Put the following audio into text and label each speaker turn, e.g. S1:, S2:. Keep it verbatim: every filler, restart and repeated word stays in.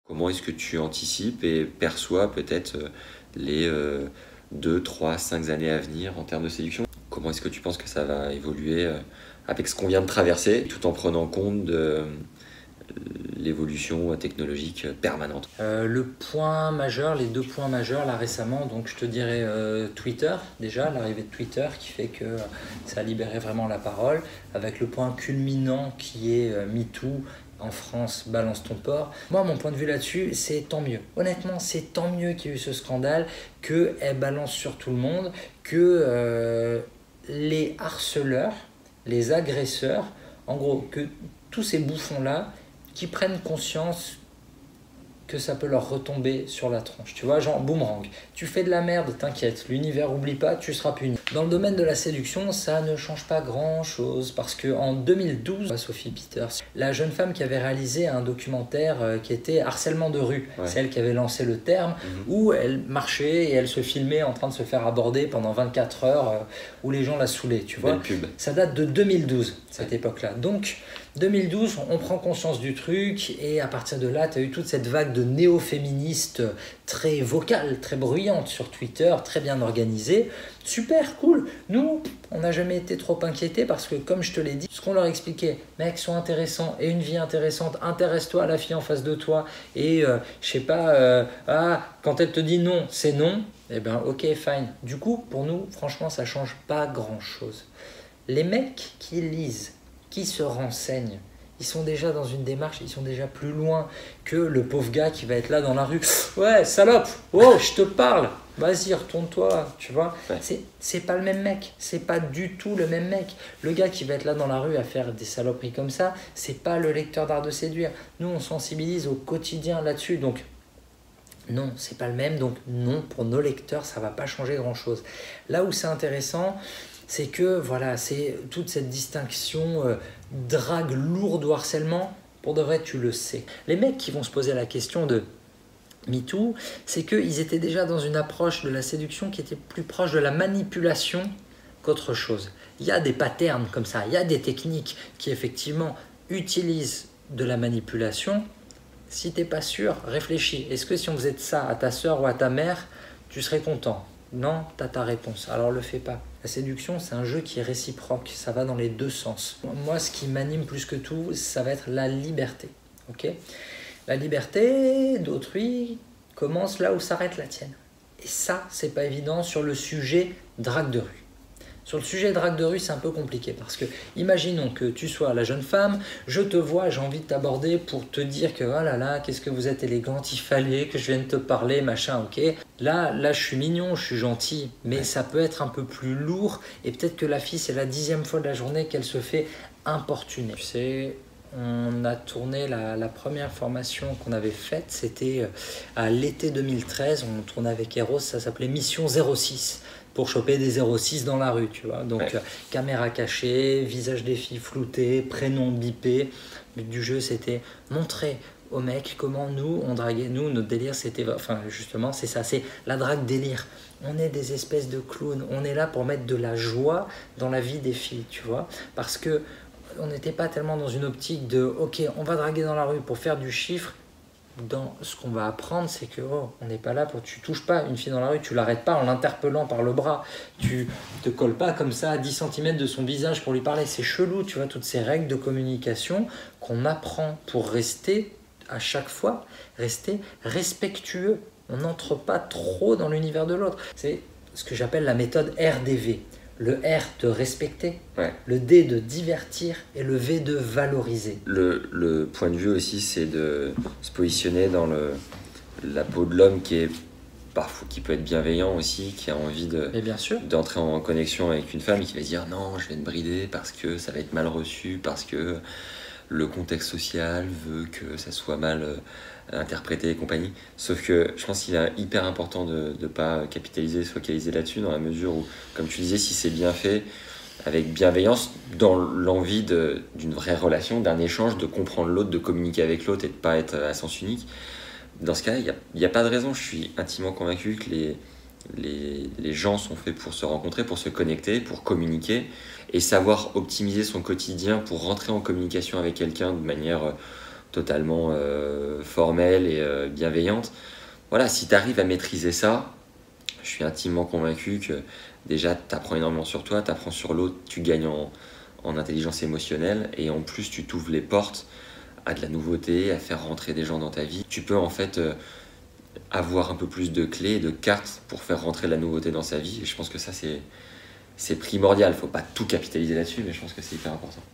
S1: Comment est-ce que tu anticipes et perçois peut-être euh, les euh, deux, trois, cinq années à venir en termes de séduction? Comment est-ce que tu penses que ça va évoluer euh, avec ce qu'on vient de traverser, tout en prenant compte de euh, l'évolution technologique permanente?
S2: Euh, le point majeur, les deux points majeurs là récemment, donc je te dirais euh, Twitter déjà, l'arrivée de Twitter qui fait que euh, ça a libéré vraiment la parole, avec le point culminant qui est euh, MeToo en France, balance ton porc. Moi, mon point de vue là-dessus, c'est tant mieux. Honnêtement, c'est tant mieux qu'il y ait eu ce scandale, qu'elle balance sur tout le monde, que euh, les harceleurs, les agresseurs, en gros, que tous ces bouffons-là, qui prennent conscience que ça peut leur retomber sur la tronche. Tu vois, genre boomerang. Tu fais de la merde, t'inquiète, l'univers oublie pas, tu seras puni. Dans le domaine de la séduction, ça ne change pas grand-chose parce que en deux mille douze, Sophie Peters, la jeune femme qui avait réalisé un documentaire euh, qui était harcèlement de rue,
S1: Ouais.
S2: celle qui avait lancé le terme,
S1: Mhm.
S2: où elle marchait et elle se filmait en train de se faire aborder pendant vingt-quatre heures, euh, où les gens la saoulaient, tu vois.
S1: Belle pub.
S2: Ça date de deux mille douze, cette
S1: Ouais.
S2: époque-là. Donc, deux mille douze, on prend conscience du truc et à partir de là, tu as eu toute cette vague de néo-féministes très vocales, très bruyantes sur Twitter, très bien organisées. Super, cool. Nous, on n'a jamais été trop inquiétés parce que, comme je te l'ai dit, ce qu'on leur expliquait, mecs sont intéressants et une vie intéressante, intéresse-toi à la fille en face de toi et euh, je sais pas, euh, ah, quand elle te dit non, c'est non, eh ben ok, fine. Du coup, pour nous, franchement, ça change pas grand-chose. Les mecs qui lisent, qui se renseignent, ils sont déjà dans une démarche, ils sont déjà plus loin que le pauvre gars qui va être là dans la rue. Ouais, salope, oh, je te parle, vas-y, retourne-toi, tu vois.
S1: Ouais.
S2: C'est, c'est pas le même mec, c'est pas du tout le même mec. Le gars qui va être là dans la rue à faire des saloperies comme ça, c'est pas le lecteur d'art de séduire. Nous, on sensibilise au quotidien là-dessus, donc non, c'est pas le même, donc non, pour nos lecteurs, ça va pas changer grand-chose. Là où c'est intéressant, c'est que voilà, c'est toute cette distinction euh, drague lourde ou harcèlement, pour de vrai tu le sais. Les mecs qui vont se poser la question de MeToo, c'est qu'ils étaient déjà dans une approche de la séduction qui était plus proche de la manipulation qu'autre chose. Il y a des patterns comme ça, il y a des techniques qui effectivement utilisent de la manipulation. Si t'es pas sûr, réfléchis. Est-ce que si on faisait ça à ta soeur ou à ta mère, tu serais content? Non, t'as ta réponse. Alors le fais pas. La séduction, c'est un jeu qui est réciproque. Ça va dans les deux sens. Moi, ce qui m'anime plus que tout, ça va être la liberté. Ok ? La liberté d'autrui commence là où s'arrête la tienne. Et ça, c'est pas évident sur le sujet drague de rue. Sur le sujet drague de rue, c'est un peu compliqué parce que imaginons que tu sois la jeune femme, je te vois, j'ai envie de t'aborder pour te dire que oh là là, qu'est-ce que vous êtes élégante, il fallait que je vienne te parler, machin, ok. Là, là, je suis mignon, je suis gentil, mais ça peut être un peu plus lourd et peut-être que la fille, c'est la dixième fois de la journée qu'elle se fait importuner. Tu sais, on a tourné la, la première formation qu'on avait faite, c'était à l'été deux mille treize, on tournait avec Eros, ça s'appelait Mission zéro six. Pour choper des zéro six dans la rue, tu vois. Donc,
S1: Ouais.
S2: euh, caméra cachée, visage des filles flouté, prénom bipé. Le but du jeu, c'était montrer aux mecs comment nous, on draguait. Nous, notre délire, c'était... Enfin, justement, c'est ça, c'est la drague délire. On est des espèces de clowns. On est là pour mettre de la joie dans la vie des filles, tu vois. Parce que on n'était pas tellement dans une optique de « Ok, on va draguer dans la rue pour faire du chiffre ». Dans ce qu'on va apprendre, c'est que oh, on n'est pas là pour tu touches pas une fille dans la rue, tu l'arrêtes pas en l'interpellant par le bras, tu te colles pas comme ça à dix centimètres de son visage pour lui parler, c'est chelou, tu vois, toutes ces règles de communication qu'on apprend pour rester à chaque fois, rester respectueux. On n'entre pas trop dans l'univers de l'autre. C'est ce que j'appelle la méthode R D V. Le R de respecter,
S1: Ouais.
S2: le D de divertir et le V de valoriser.
S1: Le, le point de vue aussi, c'est de se positionner dans le, la peau de l'homme qui est parfois qui peut être bienveillant aussi, qui a envie de,
S2: Mais bien sûr.
S1: d'entrer en connexion avec une femme et qui va se dire non, je vais te brider parce que ça va être mal reçu, parce que le contexte social veut que ça soit mal euh, interprété et compagnie. Sauf que je pense qu'il est hyper important de ne pas capitaliser, se focaliser là-dessus, dans la mesure où, comme tu disais, si c'est bien fait, avec bienveillance, dans l'envie de, d'une vraie relation, d'un échange, de comprendre l'autre, de communiquer avec l'autre et de ne pas être à sens unique, dans ce cas-là, il n'y a, a pas de raison. Je suis intimement convaincu que les, les, les gens sont faits pour se rencontrer, pour se connecter, pour communiquer et savoir optimiser son quotidien pour rentrer en communication avec quelqu'un de manière totalement euh, formelle et euh, bienveillante. Voilà, si tu arrives à maîtriser ça, je suis intimement convaincu que déjà tu apprends énormément sur toi, tu apprends sur l'autre, tu gagnes en, en intelligence émotionnelle et en plus tu t'ouvres les portes à de la nouveauté, à faire rentrer des gens dans ta vie. Tu peux en fait euh, avoir un peu plus de clés, de cartes pour faire rentrer de la nouveauté dans sa vie et je pense que ça c'est, c'est primordial. Il ne faut pas tout capitaliser là-dessus, mais je pense que c'est hyper important.